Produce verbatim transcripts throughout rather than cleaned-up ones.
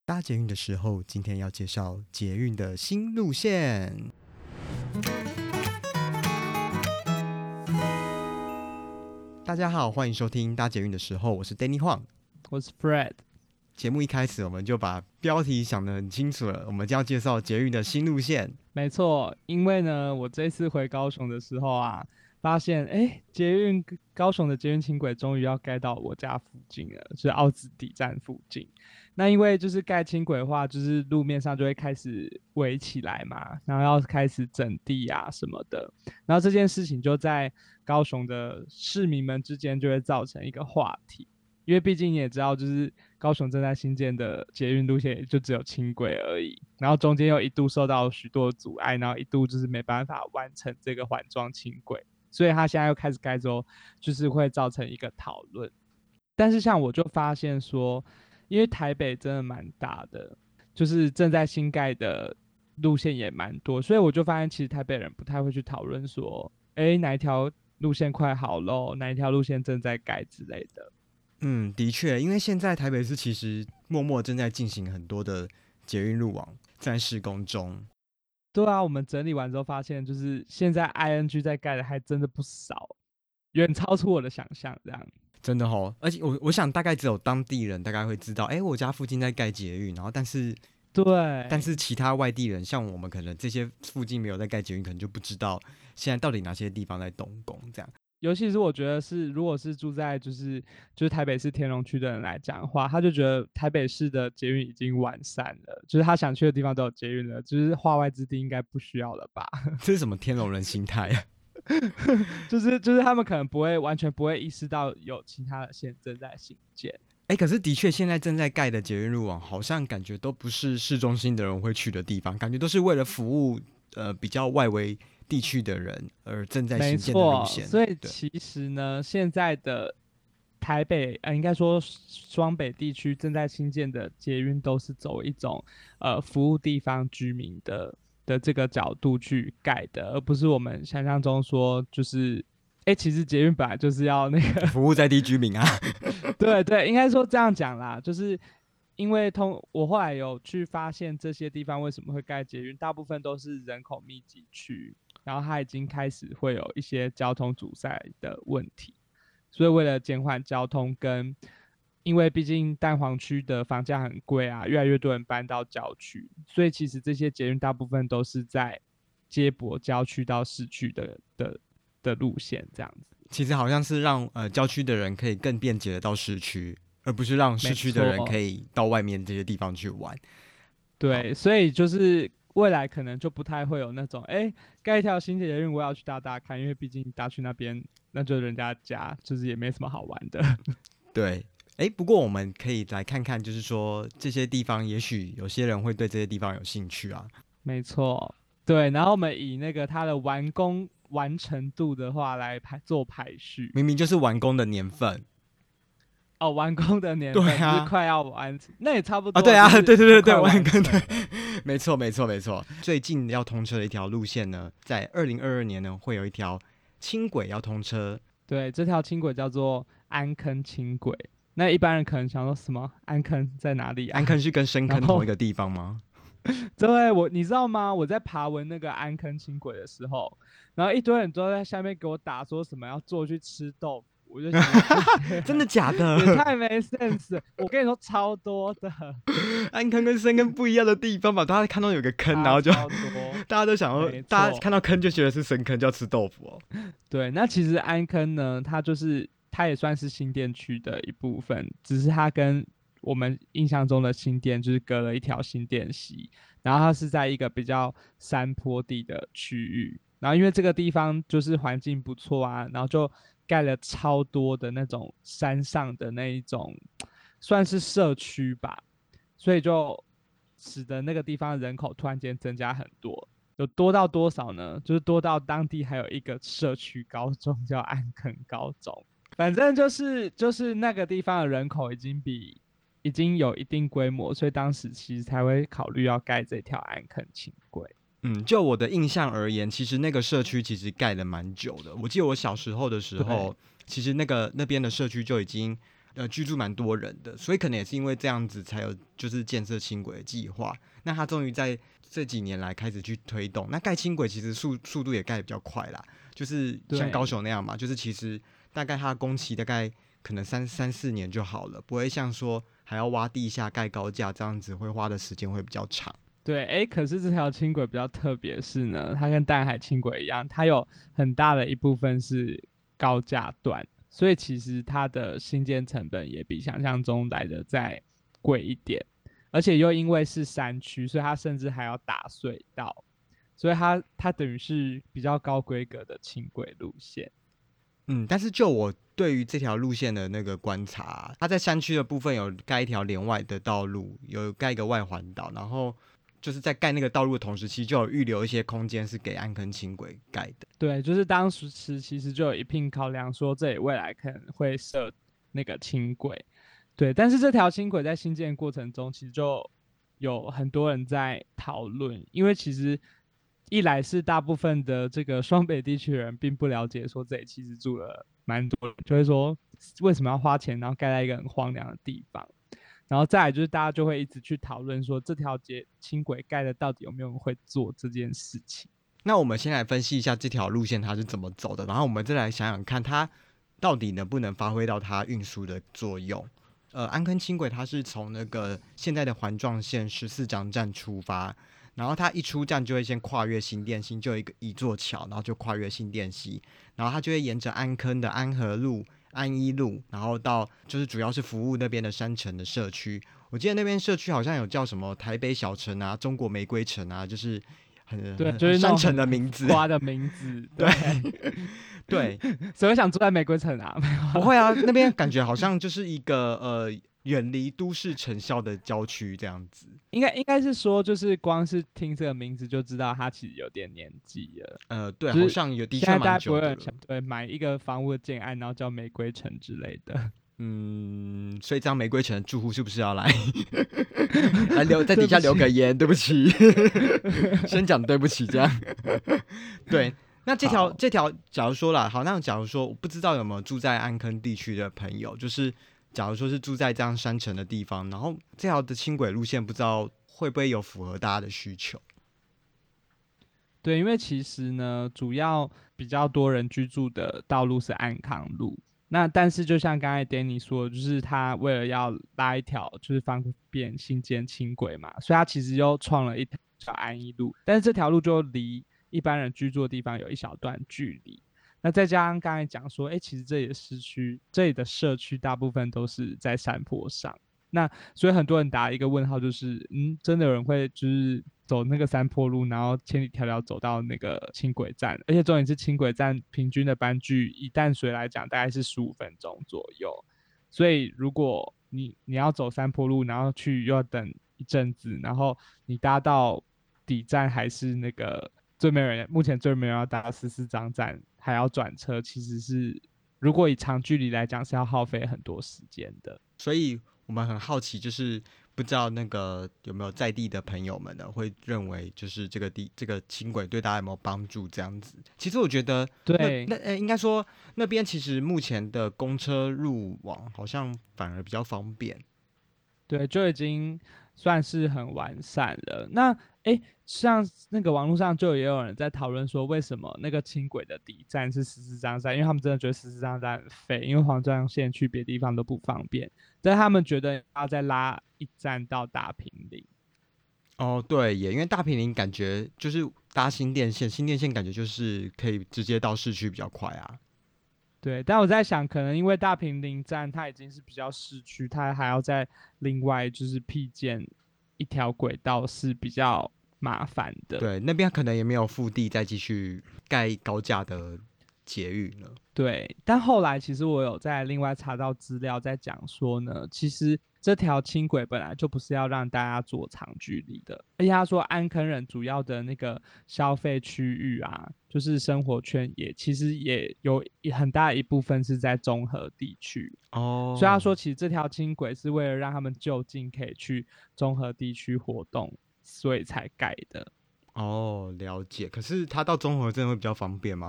搭捷运的时候，今天要介绍捷运的新路线。大家好，欢迎收听搭捷运的时候，我是 Danny Huang， 我是 Fred。 节目一开始我们就把标题想得很清楚了，我们将要介绍捷运的新路线。 没错，因为呢，我这次回高雄的时候啊，发现哎，捷运高雄的捷运轻轨终于要盖到我家附近了，就是凹子底站附近。那因为就是盖轻轨的话，就是路面上就会开始围起来嘛，然后要开始整地啊什么的，然后这件事情就在高雄的市民们之间就会造成一个话题。因为毕竟你也知道，就是高雄正在新建的捷运路线也就只有轻轨而已，然后中间又一度受到许多阻碍，然后一度就是没办法完成这个环状轻轨，所以它现在又开始盖之后，就是会造成一个讨论。但是像我就发现说，因为台北真的蛮大的，就是正在新盖的路线也蛮多，所以我就发现其实台北人不太会去讨论说，哎，哪一条路线快好咯，哪一条路线正在盖之类的。 嗯，的确，因为现在台北市其实默默正在进行很多的捷运路网在施工中。 对啊，我们整理完之后发现，就是现在 I N G 在盖的还真的不少，远超出我的想象。这样真的哦，而且我我想大概只有当地人大概会知道，哎，我家附近在盖捷运，然后但是对， 但是其他外地人，像我们可能这些附近没有在盖捷运，可能就不知道现在到底哪些地方在动工这样。 尤其是我觉得是，如果是住在就是就是台北市天龙区的人来讲的话，他就觉得台北市的捷运已经完善了，就是他想去的地方都有捷运了，就是化外之地应该不需要了吧？ 这是什么天龙人心态啊？ 就是就是他们可能不会完全不会意识到有其他的线正在兴建。 哎，可是的确，现在正在盖的捷运路网，好像感觉都不是市中心的人会去的地方，感觉都是为了服务呃比较外围地区的人而正在新建的路线。 没错，所以其实呢，现在的台北呃，应该说双北地区正在新建的捷运，都是走一种呃服务地方居民的的这个角度去盖的，而不是我们想象中说就是。哎，其实捷运本来就是要那个服务在地居民啊。 对对，应该说这样讲啦，就是因为通我后来有去发现这些地方为什么会盖捷运，大部分都是人口密集区，然后它已经开始会有一些交通阻塞的问题，所以为了减缓交通跟，因为毕竟蛋黄区的房价很贵啊，越来越多人搬到郊区，所以其实这些捷运大部分都是在接驳郊区到市区的的的路线这样子。 其实好像是让呃郊区的人可以更便捷的到市区，而不是让市区的人可以到外面这些地方去玩。 对，所以就是未来可能就不太会有那种，哎，盖一条新捷运我要去搭搭看，因为毕竟搭去那边那就是人家家，就是也没什么好玩的。 对，哎，不过我们可以来看看，就是说这些地方，也许有些人会对这些地方有兴趣啊。 没错，对，然后我们以那个它的完工完成度的话来排做排序。 明明就是完工的年份。 哦，完工的年份对啊， 就是快要完成，那也差不多啊。对啊， 就是对对对对， 完完工的，没错没错没错。最近要通车的一条路线呢，在二零二二年呢会有一条轻轨要通车。 对，这条轻轨叫做安坑轻轨。那一般人可能想说什么？安坑在哪里啊？ 安坑是跟深坑同一个地方吗？ 对，我你知道吗？我在爬文那个安坑轻轨的时候，然后一堆人都在下面给我打说什么要坐去吃豆腐，我就想真的假的？ 也太没 sense 了。我跟你说超多的， 安坑跟深坑不一样的地方吧？大家看到有个坑，然后就大家都想说，大家看到坑就觉得是深坑，就要吃豆腐哦。 对，那其实安坑呢，它就是它也算是新店区的一部分，只是它跟我们印象中的新店就是隔了一条新店溪，然后它是在一个比较山坡地的区域，然后因为这个地方就是环境不错啊，然后就盖了超多的那种山上的那一种算是社区吧，所以就使得那个地方人口突然间增加很多。有多到多少呢？就是多到当地还有一个社区高中叫安坑高中，反正就是就是那个地方的人口已经比已经有一定规模，所以当时其实才会考虑要盖这条安坑轻轨。 嗯，就我的印象而言，其实那个社区其实盖了蛮久的。我记得我小时候的时候，其实那个那边的社区就已经呃居住蛮多人的，所以可能也是因为这样子才有就是建设轻轨的计划。那他终于在这几年来开始去推动。那盖轻轨其实速速度也盖得比较快啦，就是像高雄那样嘛，就是其实大概它的工期大概可能三三四年就好了，不会像说还要挖地下盖高架这样子，会花的时间会比较长。 对，哎，可是这条轻轨比较特别是呢，它跟淡海轻轨一样，它有很大的一部分是高架段，所以其实它的新建成本也比想象中来的再贵一点，而且又因为是山区，所以它甚至还要打隧道，所以它它等于是比较高规格的轻轨路线。 嗯，但是就我对于这条路线的那个观察，它在山区的部分有盖一条连外的道路，有盖一个外环岛，然后就是在盖那个道路的同时，其实就有预留一些空间是给安坑轻轨盖的。 对，就是当时其实就有一并考量说，这里未来可能会设那个轻轨。对，但是这条轻轨在新建过程中，其实就有很多人在讨论，因为其实一来是大部分的这个双北地区的人并不了解，说这里其实住了蛮多人，就会说为什么要花钱，然后盖在一个很荒凉的地方。然后再来就是大家就会一直去讨论说，这条街轻轨盖的到底有没有人会做这件事情。 那我们先来分析一下这条路线它是怎么走的，然后我们再来想想看它到底能不能发挥到它运输的作用。呃，安坑轻轨它是从那个现在的环状线十四张站出发，然后它一出站就会先跨越新店溪，就有一个一座桥，然后就跨越新店溪，然后它就会沿着安坑的安和路、安一路，然后到就是主要是服务那边的山城的社区。我记得那边社区好像有叫什么台北小城啊、中国玫瑰城啊，就是很对， 很就是山城的名字， 花的名字， 对对， 谁会想住在玫瑰城啊？ 不会啊，那边感觉好像就是一个呃远离都市城郊的郊区这样子。 应该应该是说，就是光是听这个名字就知道他其实有点年纪了。 呃，对， 就是好像有的现在大确蛮家不会很久的了。 想对买一个房屋的建案，然后叫玫瑰城之类的。 嗯，所以这样玫瑰城的住户是不是要来来留在底下对不起留个言？对不起，先讲对不起，这样对。那这条好， 这条，假如说啦，好，那假如说我不知道有没有住在安坑地区的朋友，就是假如说是住在这样山城的地方，然后这条的轻轨路线不知道会不会有符合大家的需求？ 对，因为其实呢，主要比较多人居住的道路是安康路。那但是就像刚才 Danny 说的，就是他为了要拉一条就是方便新建轻轨嘛，所以他其实又创了一条安一路，但是这条路就离一般人居住的地方有一小段距离。那再加上刚才讲说，哎、其实这里的市区，这里的社区大部分都是在山坡上。那所以很多人打一个问号，就是嗯，真的有人会就是走那个山坡路，然后千里迢迢走到那个轻轨站，而且重点是轻轨站平均的班距以淡水来讲，大概是十五分钟左右。所以如果你你要走山坡路，然后去又要等一阵子，然后你搭到底站还是那个最没有人，目前最没有人要搭十四张站，还要转车，其实是如果以长距离来讲是要耗费很多时间的。 所以我们很好奇，就是不知道那个有没有在地的朋友们呢，会认为就是这个地这个轻轨对大家有没有帮助？这样子，其实我觉得那对， 那呃，应该说那边其实目前的公车入网好像反而比较方便。 对，就已经算是很完善了。那诶，像那个网络上就也有人在讨论说，为什么那个轻轨的底站是十四张站？因为他们真的觉得十四张站很废，因为环状线去别的地方都不方便。但他们觉得要再拉一站到大平林。 哦，对耶，因为大平林感觉就是搭新电线，新电线感觉就是可以直接到市区比较快啊。 对，但我在想，可能因为大平林站它已经是比较市区，它还要再另外就是辟建一条轨道是比较麻烦的。 对，那边可能也没有腹地再继续盖高架的捷运了。 对，但后来其实我有在另外查到资料，在讲说呢，其实这条轻轨本来就不是要让大家坐长距离的，而且他说安坑人主要的那个消费区域啊，就是生活圈也其实也有很大一部分是在中和地区，所以他哦说其实这条轻轨是为了让他们就近可以去中和地区活动，所以才盖的。 哦，了解。可是它到中和真的会比较方便吗？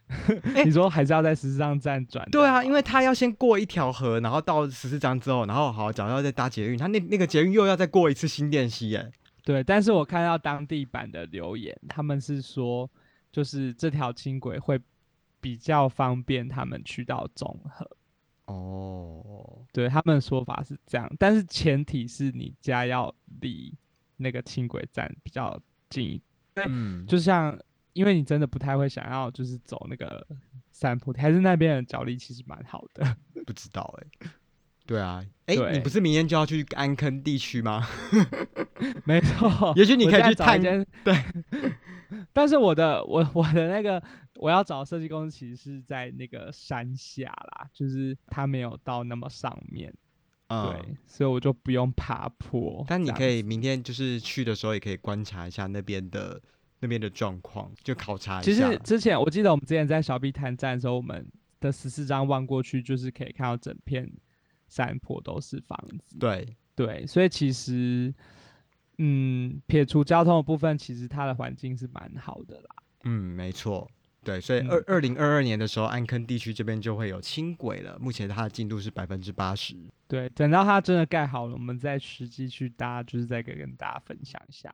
哎、 你说还是要在十四张站转对啊，因的吗？ 为他要先过一条河，然后到十四张之后，然后好假如要再搭捷运，他那那个捷运又要再过一次新店溪，耶。 对，但是我看到当地版的留言，他们是说，就是这条轻轨会比较方便他们去到中和。 哦， 对，他们的说法是这样，但是前提是你家要离那个轻轨站比较近一点， 嗯， 就像因为你真的不太会想要就是走那个山坡，还是那边的脚力其实蛮好的。 不知道哎、对啊，哎、你不对， 是明天就要去安坑地区吗？ 没错， 也许你可以我现在去探， 找一间， 对， 但是我的我我的那个我要找的设计公司其实是在那个山下啦，就是它没有到那么上面。 嗯， 对，所以我就不用爬坡但你可以这样子。 明天就是去的时候，也可以观察一下那边的那边的状况，就考察一其实下。 之前我记得我们之前在小碧潭站的时候，我们的十四张望过去，就是可以看到整片山坡都是房子。 对， 对，所以其实，嗯，撇除交通的部分，其实它的环境是蛮好的啦。 嗯，没错，对，所以二嗯， 二零二二年的时候，安坑地区这边就会有轻轨了。目前它的进度是百分之八十。 对，等到它真的盖好了，我们再实际去搭，就是再跟跟大家分享一下。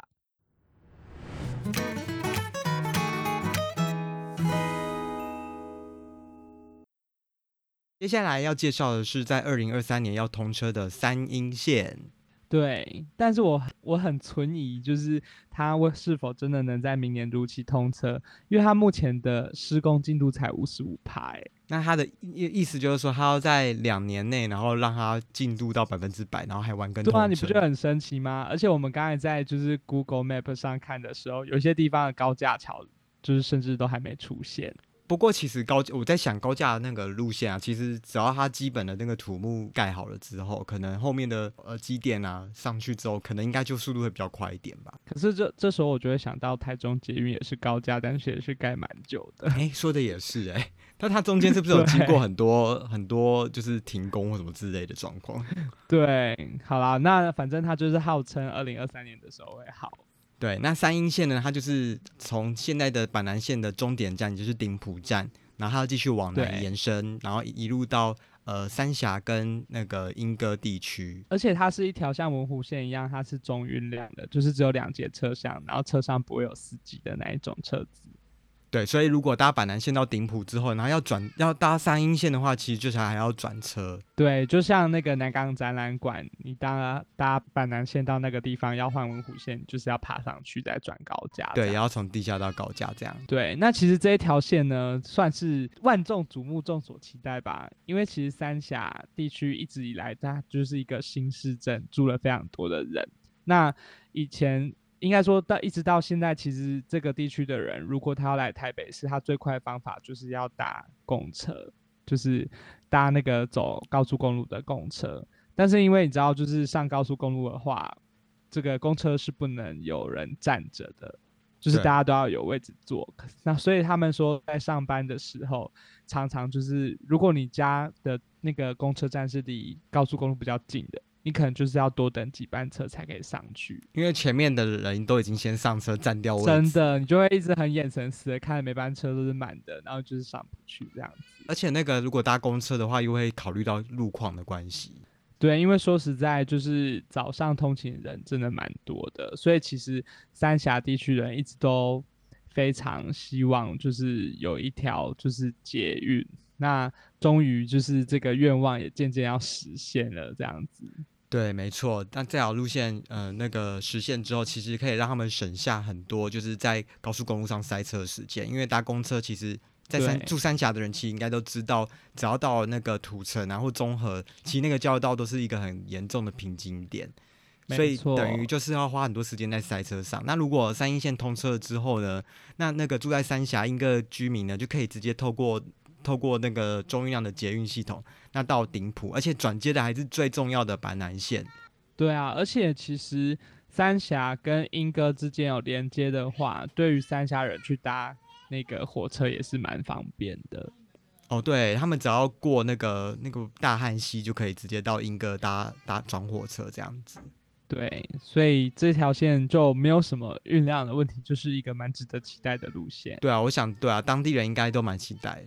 接下来要介绍的是在二零二三年要通车的三阴线。 对，但是我我很存疑，就是它为是否真的能在明年如期通车，因为它目前的施工进度才五十五趴，哎， 那它的意意思就是说，它要在两年内，然后让它进度到百分之百，然后还完工对啊， 通车。 你不觉得很神奇吗？而且我们刚才在就是 Google Map 上看的时候，有些地方的高架桥就是甚至都还没出现。 不过其实高，我在想高架的那个路线啊，其实只要它基本的那个土木盖好了之后，可能后面的呃基点啊上去之后，可能应该就速度会比较快一点吧。 可是这这时候我就会想到台中捷运也是高架，但是也是盖蛮久的。 哎，说的也是哎，但它中间是不是有经过对很多很多就是停工或什么之类的状况？ 对，好啦，那反正它就是号称二零二三年的时候会好。 对，那三阴线呢，它就是从现在的板南线的终点站，也就是顶埔站，然后它要继续往南对， 延伸，然后一路到呃三峡跟那个莺歌地区。 而且它是一条像文湖线一样，它是中运量的，就是只有两节车厢，然后车上不会有司机的那一种车子。 对，所以如果搭板南线到顶埔之后，然后要转要搭三阴线的话，其实就是还要转车。 对，就像那个南港展览馆，你搭搭板南线到那个地方要换文湖线，就是要爬上去再转高架。 对，也要从地下到高架这样。 对，那其实这一条线呢，算是万众瞩目、众所期待吧。因为其实三峡地区一直以来，它就是一个新市镇，住了非常多的人。那以前应该说到一直到现在，其实这个地区的人，如果他要来台北市，他最快的方法就是要搭公车，就是搭那个走高速公路的公车。但是因为你知道，就是上高速公路的话，这个公车是不能有人站着的，就是大对家都要有位置坐。那所以他们说，在上班的时候，常常就是如果你家的那个公车站是离高速公路比较近的，你可能就是要多等几班车才可以上去。 因为前面的人都已经先上车占掉位置， 真的，你就会一直很眼神死的看着每班车都是满的，然后就是上不去这样子。 而且那个如果搭公车的话，又会考虑到路况的关系。 对，因为说实在，就是早上通勤人真的蛮多的，所以其实三峡地区人一直都非常希望，就是有一条就是捷运。那终于就是这个愿望也渐渐要实现了，这样子。 对，没错。但这条路线，呃，那个实现之后，其实可以让他们省下很多，就是在高速公路上塞车的时间。因为搭公车，其实在三对， 住三峡的人，其实应该都知道，只要到那个土城啊或中和，其实那个交流道都是一个很严重的瓶颈点，所以没错， 等于就是要花很多时间在塞车上。那如果三阴线通车了之后呢，那那个住在三峡莺歌居民呢，就可以直接透过透过那个中运量的捷运系统，那到顶埔，而且转接的还是最重要的板南线。 对啊，而且其实三峡跟莺歌之间有连接的话，对于三峡人去搭那个火车也是蛮方便的。 哦，对他们只要过那个那个大汉溪，就可以直接到莺歌搭搭转火车这样子。 对，所以这条线就没有什么运量的问题，就是一个蛮值得期待的路线。 对啊，我想对啊，当地人应该都蛮期待的。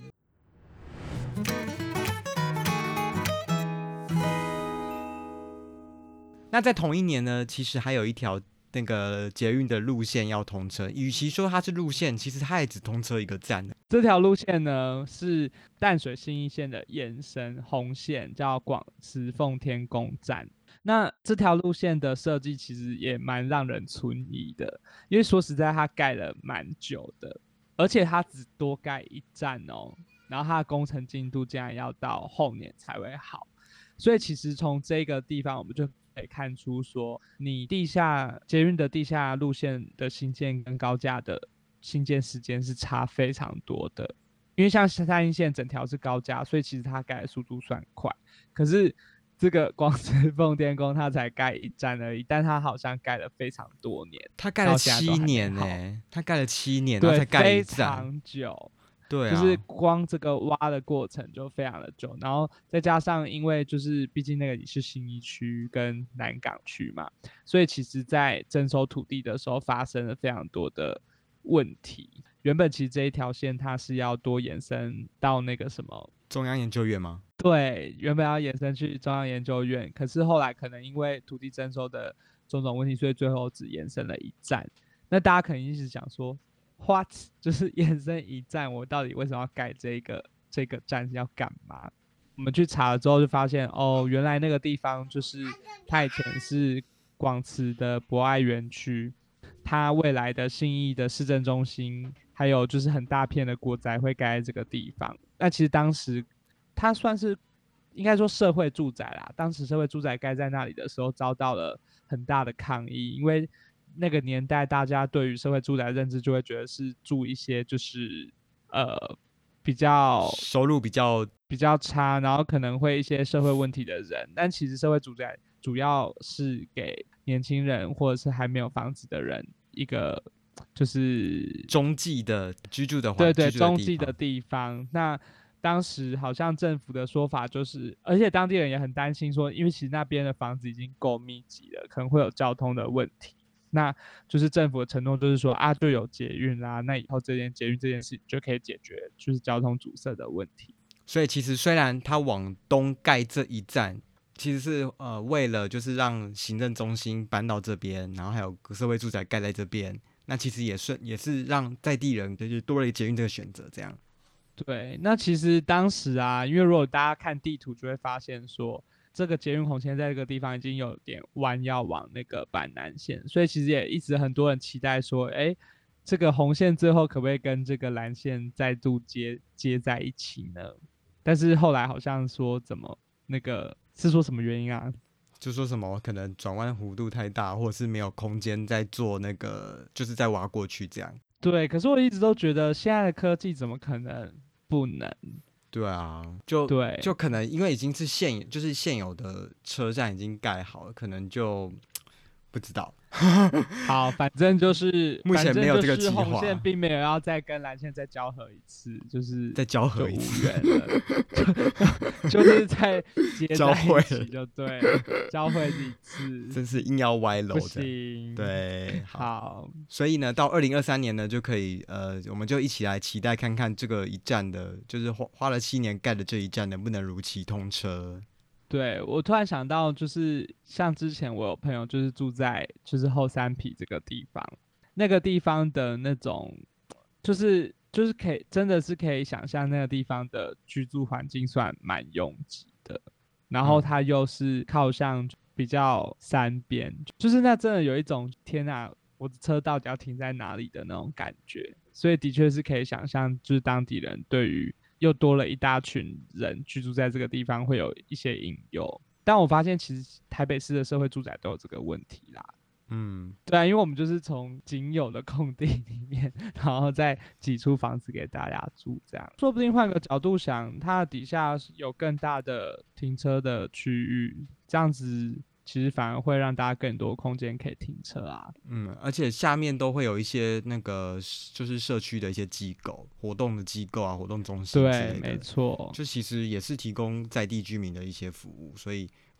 那在同一年呢，其实还有一条那个捷运的路线要通车，与其说它是路线，其实它也只通车一个站。 这条路线呢是淡水信义线的延伸红线，叫广慈凤天宫站。那这条路线的设计其实也蛮让人存疑的，因为说实在，它盖了蛮久的，而且它只多盖一站哦，然后它的工程进度竟然要到后年才会好，所以其实从这个地方我们就可以看出说，你地下捷运的地下路线的新建跟高架的新建时间是差非常多的。因为像三鶯线整条是高架，所以其实它盖的速度算快。可是这个广慈凤天宫它才盖一站而已，但它好像盖了非常多年， 它盖了七年呢、欸，它盖了七年，然后才盖一站， 非常久。 对啊， 就是光这个挖的过程就非常的久，然后再加上因为就是毕竟那个也是信义区跟南港区嘛，所以其实在征收土地的时候发生了非常多的问题。原本其实这一条线它是要多延伸到那个什么中央研究院吗？ 对，原本要延伸去中央研究院，可是后来可能因为土地征收的种种问题，所以最后只延伸了一站。那大家可能一直想说 ，what 就是延伸一站，我到底为什么要盖这个这个站是要干嘛？我们去查了之后就发现，哦，原来那个地方就是它以前是广慈的博爱园区，它未来的信义的市政中心，还有就是很大片的国宅会盖在这个地方。那其实当时它算是应该说社会住宅啦，当时社会住宅盖在那里的时候遭到了很大的抗议，因为那个年代大家对于社会住宅的认知就会觉得是住一些就是呃比较收入比较比较差，然后可能会一些社会问题的人，但其实社会住宅主要是给年轻人或者是还没有房子的人一个就是中继的居住的环对对居住的中地方。 继的地方。那当时好像政府的说法就是，而且当地人也很担心说，因为其实那边的房子已经够密集了，可能会有交通的问题。那就是政府的承诺就是说啊，就有捷运啦，那以后这件捷运这件事就可以解决就是交通阻塞的问题。 所以其实虽然它往东盖这一站，其实是呃为了就是让行政中心搬到这边，然后还有社会住宅盖在这边，那其实也是也是让在地人就是多了一个捷运这个选择，这样。 对，那其实当时啊，因为如果大家看地图就会发现说，这个捷运红线在这个地方已经有点弯要往那个板南线，所以其实也一直很多人期待说，哎，这个红线最后可不可以跟这个蓝线再度接接在一起呢？但是后来好像说怎么那个是说什么原因啊？ 就说什么可能转弯弧度太大，或者是没有空间再做那个，就是再挖过去这样。 对，可是我一直都觉得现在的科技怎么可能不能？ 对啊，就对， 就可能因为已经是现就是现有的车站已经盖好了，可能就不知道。 好，反正就是目前没有这个计划， 红线并没有要再跟蓝线再交合一次，就是再交合一次，就无缘了，就就是再接在一起就对了，交汇一次， 真是硬要歪楼， 不行。 对， 好，好所以呢，到二零二三年呢，就可以呃，我们就一起来期待看看这个一站的，就是花花了七年盖的这一站能不能如期通车。 对，我突然想到，就是像之前我有朋友就是住在就是后山埤这个地方，那个地方的那种，就是就是可以真的是可以想象那个地方的居住环境算蛮拥挤的，然后它又是靠向比较山边，就是那真的有一种天啊，我的车到底要停在哪里的那种感觉，所以的确是可以想象，就是当地人对于又多了一大群人居住在这个地方，会有一些隐忧。但我发现其实台北市的社会住宅都有这个问题啦。 嗯， 对啊，因为我们就是从仅有的空地里面，然后再挤出房子给大家住，这样说不定换个角度想，它底下有更大的停车的区域，这样子其实反而会让大家更多空间可以停车啊。 嗯，而且下面都会有一些那个就是社区的一些机构、活动的机构啊、活动中心之类的， 对，没错， 就其实也是提供在地居民的一些服务，所以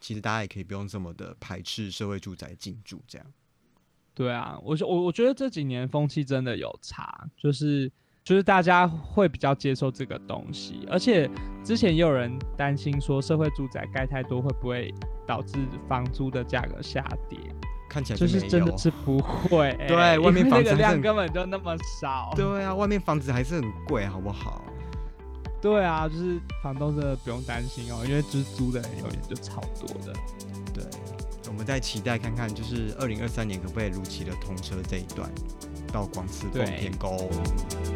其实大家也可以不用这么的排斥社会住宅进驻这样。 对啊，我我我觉得这几年风气真的有差，就是就是大家会比较接受这个东西，而且之前也有人担心说社会住宅盖太多会不会导致房租的价格下跌， 看起来就是真的是不会、欸， 对，外面房子那个量根本就那么少， 对啊，外面房子还是很贵，好不好？ 对啊，就是房东真的不用担心哦，因为就是租的人永远就超多的。 对，我们再期待看看，就是二零二三年可不可以如期的通车这一段到广慈凤天宫。